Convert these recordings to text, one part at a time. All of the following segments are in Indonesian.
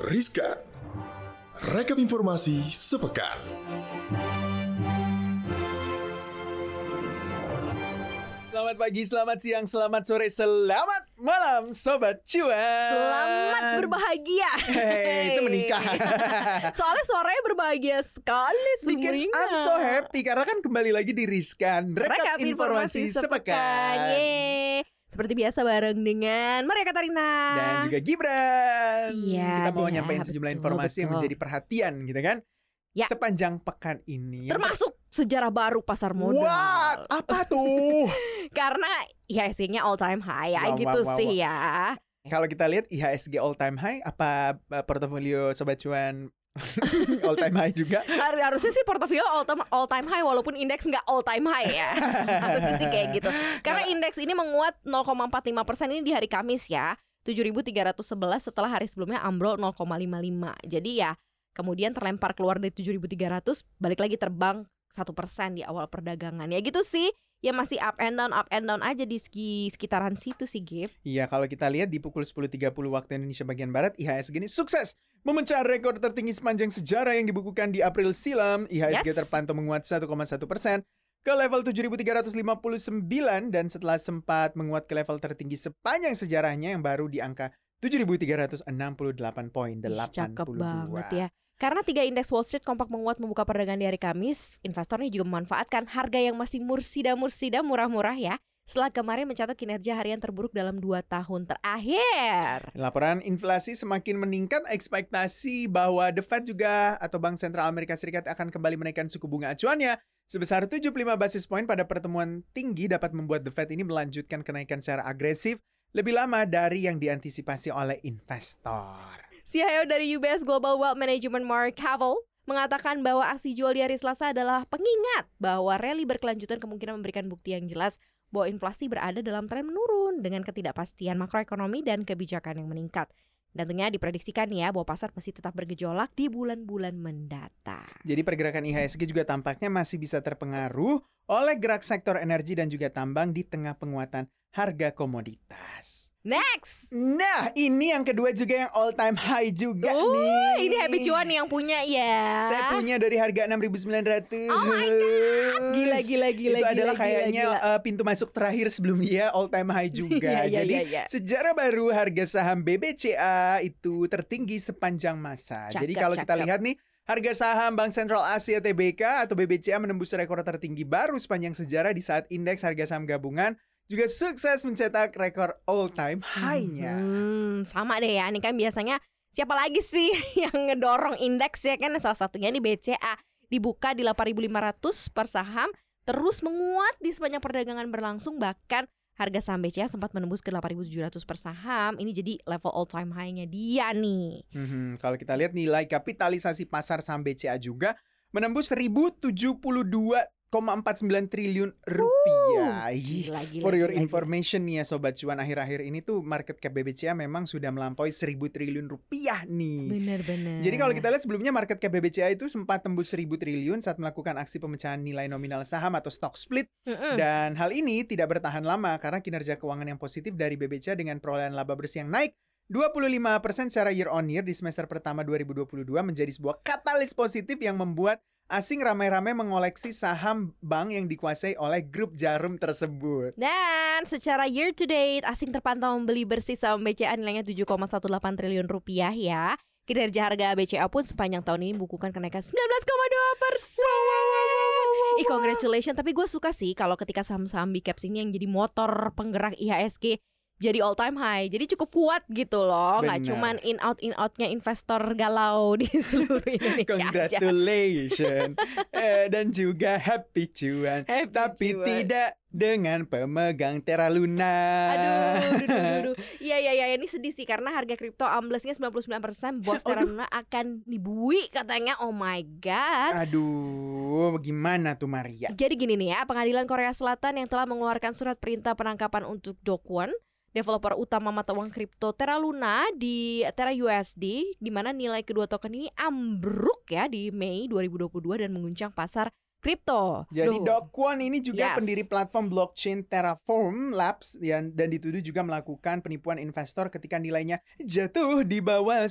Riskan. Rekap informasi sepekan. Selamat pagi, selamat siang, selamat sore, selamat malam Sobat Cuan. Selamat berbahagia. Hey, itu menikah. Soalnya suaranya berbahagia sekali Because I'm so happy karena kan kembali lagi di Riskan Rekap informasi sepekan. Yeay. Seperti biasa bareng dengan Maria Katarina Dan juga Gibran. Iya, kita mau deh, nyampein sejumlah betul, informasi yang betul. menjadi perhatian gitu kan. Ya. Sepanjang pekan ini. Termasuk sejarah baru pasar modal. What? Apa tuh? Karena IHSG-nya all time high ya Wow, gitu wow, wow, sih wow. ya. Kalau kita lihat IHSG all time high, apa portofolio Sobat Cuan all time high juga? Harusnya sih portofolio all time high walaupun indeks nggak all time high ya. Harusnya sih kayak gitu. Karena indeks ini menguat 0,45% ini di hari Kamis ya. 7.311 setelah hari sebelumnya ambrol 0,55. Jadi ya kemudian terlempar keluar dari 7.300, balik lagi terbang 1% di awal perdagangan. Ya gitu sih. Ya masih up and down aja di sekitaran situ sih, Gip. Iya, kalau kita lihat di pukul 10.30 waktu Indonesia bagian Barat, IHSG ini sukses memecah rekor tertinggi sepanjang sejarah yang dibukukan di April silam. IHSG Yes. terpantau menguat 1,1% ke level 7.359 dan setelah sempat menguat ke level tertinggi sepanjang sejarahnya yang baru di angka 7.368,82. Cakep banget ya. Karena 3 indeks Wall Street kompak menguat membuka perdagangan di hari Kamis, investornya juga memanfaatkan harga yang masih mursida murah-murah ya. Setelah kemarin mencatat kinerja harian terburuk dalam 2 tahun terakhir. Laporan inflasi semakin meningkat, ekspektasi bahwa The Fed juga atau Bank Sentral Amerika Serikat akan kembali menaikkan suku bunga acuannya sebesar 75 basis poin pada pertemuan tinggi dapat membuat The Fed ini melanjutkan kenaikan secara agresif lebih lama dari yang diantisipasi oleh investor. CIO dari UBS Global Wealth Management Mark Havel mengatakan bahwa aksi jual di hari Selasa adalah pengingat bahwa rally berkelanjutan kemungkinan memberikan bukti yang jelas bahwa inflasi berada dalam tren menurun dengan ketidakpastian makroekonomi dan kebijakan yang meningkat. Dan tentunya diprediksikan ya bahwa pasar masih tetap bergejolak di bulan-bulan mendatang. Jadi pergerakan IHSG juga tampaknya masih bisa terpengaruh oleh gerak sektor energi dan juga tambang di tengah penguatan harga komoditas. Next! Nah, ini yang kedua juga yang all time high juga nih. Ini Happy Cuan yang punya ya. Saya punya dari harga 6.900. Oh my God! Gila. Itu adalah kayaknya pintu masuk terakhir sebelum dia all time high juga. Iya, Jadi iya. sejarah baru harga saham BBCA itu tertinggi sepanjang masa. Jadi kalau kita lihat nih, harga saham Bank Sentral Asia TBK atau BBCA menembus rekor tertinggi baru sepanjang sejarah di saat indeks harga saham gabungan juga sukses mencetak rekor all time high-nya. Sama deh ya. Ini kan biasanya siapa lagi sih yang ngedorong indeks ya kan? Salah satunya di BCA. Dibuka di 8.500 per saham, terus menguat di sepanjang perdagangan berlangsung. Bahkan harga saham BCA sempat menembus ke 8.700 per saham. Ini jadi level all time high-nya dia nih. Kalau kita lihat nilai kapitalisasi pasar saham BCA juga menembus 1.072,49 triliun rupiah. Gila, For your gila. information nih ya Sobat Cuan, akhir-akhir ini tuh market cap BBCA memang sudah melampaui 1.000 triliun rupiah nih. Bener-bener. Jadi kalau kita lihat sebelumnya market cap BBCA itu sempat tembus 1.000 triliun saat melakukan aksi pemecahan nilai nominal saham atau stock split. Dan hal ini tidak bertahan lama karena kinerja keuangan yang positif dari BBCA dengan perolehan laba bersih yang naik 25% secara year on year di semester pertama 2022 menjadi sebuah katalis positif yang membuat asing ramai-ramai mengoleksi saham bank yang dikuasai oleh grup Jarum tersebut. Dan secara year to date, asing terpantau membeli bersih saham BCA nilainya 7,18 triliun rupiah ya. Kinerja harga BCA pun sepanjang tahun ini bukukan kenaikan 19,2%. Congratulations. Tapi gue suka sih kalau ketika saham-saham big caps ini yang jadi motor penggerak IHSG jadi all time high. Jadi cukup kuat gitu loh. Nggak cuman in outnya investor galau di seluruh Indonesia aja. Congratulations. Dan juga happy cuan. Tapi cuan. tidak dengan pemegang Terra Luna. Aduh. Iya, ini sedih sih karena harga kripto amblesnya 99%. Bos Terra Luna akan dibui katanya. Oh my god. Aduh, gimana tuh Maria? Jadi gini nih ya, Pengadilan Korea Selatan yang telah mengeluarkan surat perintah penangkapan untuk Do Kwon, developer utama mata uang kripto Terra Luna di Terra USD, di mana nilai kedua token ini ambruk ya di Mei 2022 dan mengguncang pasar kripto. Jadi Duh. Do Kwon ini juga Yes. pendiri platform blockchain Terraform Labs dan dituduh juga melakukan penipuan investor ketika nilainya jatuh di bawah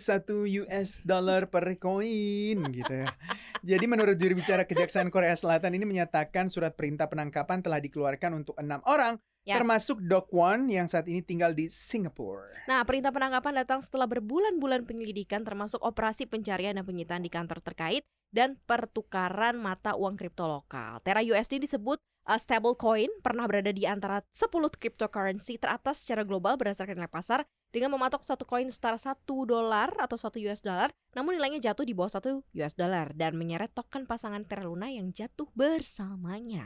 $1 per koin gitu ya. Jadi menurut juru bicara Kejaksaan Korea Selatan ini menyatakan surat perintah penangkapan telah dikeluarkan untuk 6 orang Yes. termasuk Do Kwon yang saat ini tinggal di Singapura. Nah, perintah penangkapan datang setelah berbulan-bulan penyelidikan termasuk operasi pencarian dan penyitaan di kantor terkait dan pertukaran mata uang kripto lokal. Terra USD disebut stable coin, pernah berada di antara 10 cryptocurrency teratas secara global berdasarkan nilai pasar dengan mematok satu koin setara $1 atau $1, namun nilainya jatuh di bawah $1 dan menyeret token pasangan Terra Luna yang jatuh bersamanya.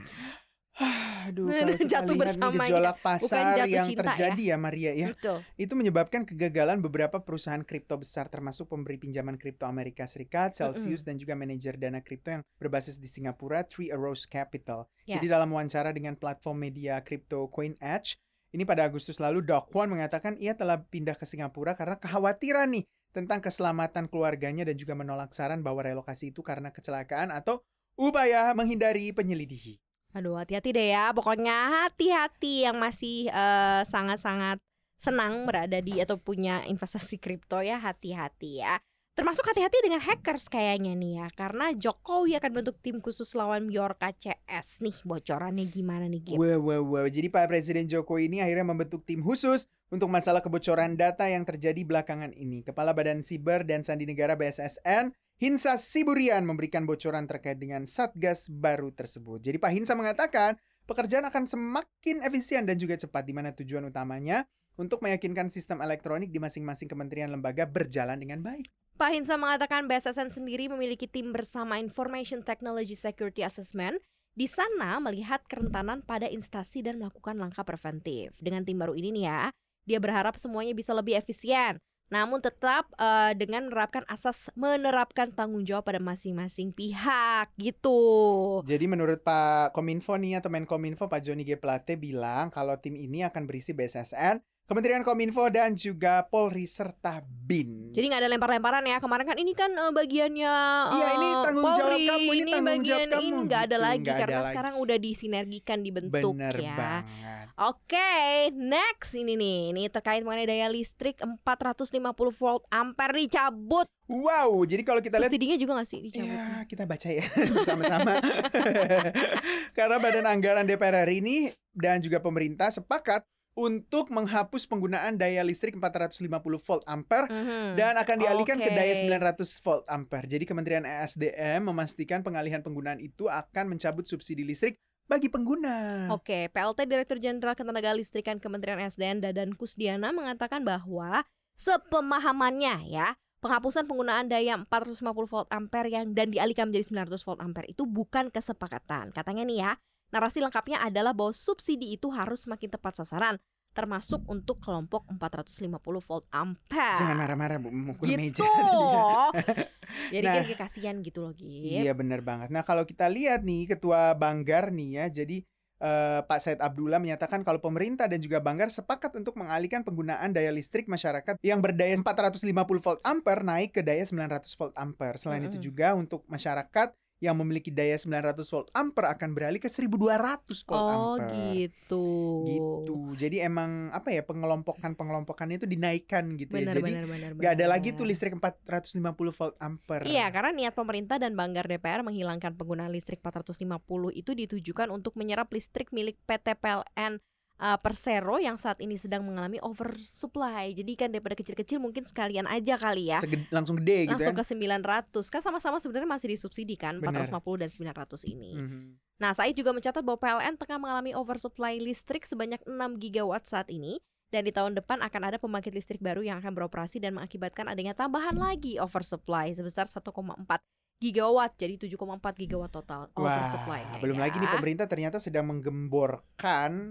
Aduh, kalau kita Jatuh lihat nih bersamanya. gejolak Bukan pasar jatuh yang cinta terjadi ya Maria ya. Betul. Itu menyebabkan kegagalan beberapa perusahaan kripto besar termasuk pemberi pinjaman kripto Amerika Serikat, Celsius dan juga manajer dana kripto yang berbasis di Singapura, Three Arrows Capital. Yes. Jadi dalam wawancara dengan platform media kripto CoinEdge, ini pada Agustus lalu Do Kwon mengatakan ia telah pindah ke Singapura karena kekhawatiran nih tentang keselamatan keluarganya dan juga menolak saran bahwa relokasi itu karena kecelakaan atau upaya menghindari penyelidikan. Aduh, hati-hati deh ya. Pokoknya hati-hati yang masih sangat-sangat senang berada di atau punya investasi kripto ya, hati-hati ya. Termasuk hati-hati dengan hackers kayaknya nih ya. Karena Jokowi akan bentuk tim khusus lawan Bjorka CS. Nih bocorannya gimana nih Gip? Wow. Jadi Pak Presiden Jokowi ini akhirnya membentuk tim khusus untuk masalah kebocoran data yang terjadi belakangan ini. Kepala Badan Siber dan Sandi Negara BSSN, Hinsa Siburian memberikan bocoran terkait dengan Satgas baru tersebut. Jadi Pak Hinsa mengatakan pekerjaan akan semakin efisien dan juga cepat di mana tujuan utamanya untuk meyakinkan sistem elektronik di masing-masing kementerian lembaga berjalan dengan baik. Pak Hinsa mengatakan BSSN sendiri memiliki tim bersama Information Technology Security Assessment. Di sana melihat kerentanan pada instansi dan melakukan langkah preventif. Dengan tim baru ini nih ya, dia berharap semuanya bisa lebih efisien. Namun tetap dengan menerapkan tanggung jawab pada masing-masing pihak gitu. Jadi menurut Pak Kominfo nih atau Menkominfo Pak Joni G. Plate bilang kalau tim ini akan berisi BSSN, Kementerian Kominfo dan juga Polri serta BIN. Jadi nggak ada lempar-lemparan ya. Kemarin kan ini kan bagiannya Iya, ini tanggung jawab Polri, kamu, ini tanggung bagian jawab kamu. ini nggak ada Gitu, lagi nggak ada karena lagi. sekarang udah disinergikan dibentuk Bener ya. banget. Oke, next ini nih. Ini terkait mengenai daya listrik 450 volt ampere dicabut. Wow, jadi kalau kita lihat Subsidinya juga nggak sih dicabut? ya, kita baca ya bersama-sama. Karena Badan Anggaran DPR RI ini dan juga pemerintah sepakat untuk menghapus penggunaan daya listrik 450 volt ampere dan akan dialihkan ke daya 900 volt ampere. Jadi Kementerian ESDM memastikan pengalihan penggunaan itu akan mencabut subsidi listrik bagi pengguna. Oke, PLT Direktur Jenderal Ketenagalistrikan Kementerian SDM Dadan Kusdiana mengatakan bahwa sepemahamannya ya, penghapusan penggunaan daya 450 volt ampere dan dialihkan menjadi 900 volt ampere itu bukan kesepakatan. Katanya nih ya, narasi lengkapnya adalah bahwa subsidi itu harus semakin tepat sasaran, termasuk untuk kelompok 450 volt ampere. Jangan marah-marah Bu, mukul gitu. meja. Jadi Nah, kayak kasihan gitu loh Gip. Iya benar banget. Nah kalau kita lihat nih Ketua Banggar nih ya, jadi Pak Said Abdullah menyatakan kalau pemerintah dan juga Banggar sepakat untuk mengalihkan penggunaan daya listrik masyarakat yang berdaya 450 volt ampere naik ke daya 900 volt ampere. Selain itu juga untuk masyarakat yang memiliki daya 900 volt ampere akan beralih ke 1200 volt Oh ampere. gitu. Gitu. Jadi emang apa ya pengelompokannya itu dinaikkan gitu ya. Jadi Benar. nggak ada lagi tuh listrik 450 volt ampere. Iya, karena niat pemerintah dan Banggar DPR menghilangkan penggunaan listrik 450 itu ditujukan untuk menyerap listrik milik PT PLN Persero yang saat ini sedang mengalami oversupply. Jadi kan daripada kecil-kecil mungkin sekalian aja kali ya. Langsung gede gitu Langsung kan. ke 900. Kan sama-sama sebenarnya masih disubsidi kan, Benar. 450 dan 900 ini. Mhm. Nah, Said juga mencatat bahwa PLN tengah mengalami oversupply listrik sebanyak 6 gigawatt saat ini. Dan di tahun depan akan ada pembangkit listrik baru yang akan beroperasi dan mengakibatkan adanya tambahan lagi oversupply sebesar 1,4 gigawatt, jadi 7,4 gigawatt total oversupply-nya. Belum lagi nih pemerintah ternyata sedang menggemborkan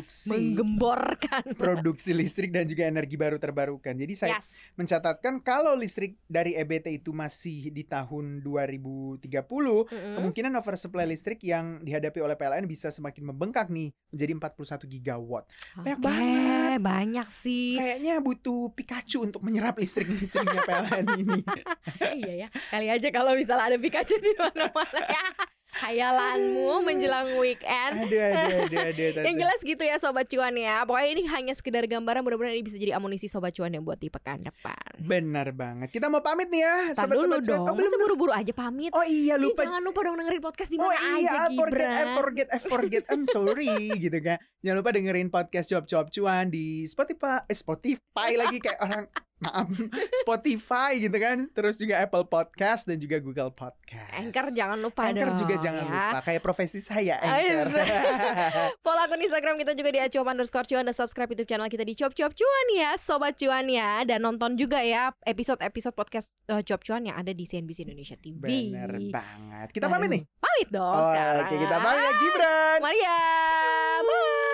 produksi listrik dan juga energi baru terbarukan. Jadi saya mencatatkan kalau listrik dari EBT itu masih di tahun 2030, kemungkinan oversupply listrik yang dihadapi oleh PLN bisa semakin membengkak nih menjadi 41 gigawatt. Banyak banget. Banyak sih. Kayaknya butuh Pikachu untuk menyerap listriknya PLN ini. Iya ya. Kali aja kalau misalnya ada Pikachu di mana-mana ya. Hayalanmu menjelang weekend. Aduh. Yang jelas gitu ya Sobat Cuan ya. Pokoknya ini hanya sekedar gambaran, mudah-mudahan ini bisa jadi amunisi Sobat Cuan yang buat di pekan depan. Benar banget. Kita mau pamit nih ya, Tar dulu dong. Masa buru-buru aja pamit? Oh iya, lupa. Jangan lupa dong dengerin podcast di mana aja, Gibran. I forget. I'm sorry gitu kan. Jangan lupa dengerin podcast Cuap Cuan di Spotify lagi kayak orang Spotify gitu kan. Terus juga Apple Podcast dan juga Google Podcast. Anchor jangan lupa Anchor dong. juga jangan lupa. Kayak profesi saya Anchor. Follow akun Instagram kita juga di @cuap_cuan dan subscribe YouTube channel kita di Cuap Cuan ya Sobat Cuan ya. Dan nonton juga ya episode podcast Cuap Cuan yang ada di CNBC Indonesia TV. Bener banget. Kita pamit nih. Pamit dong sekarang. Oke, kita pamit ya Gibran. Maria. Bye.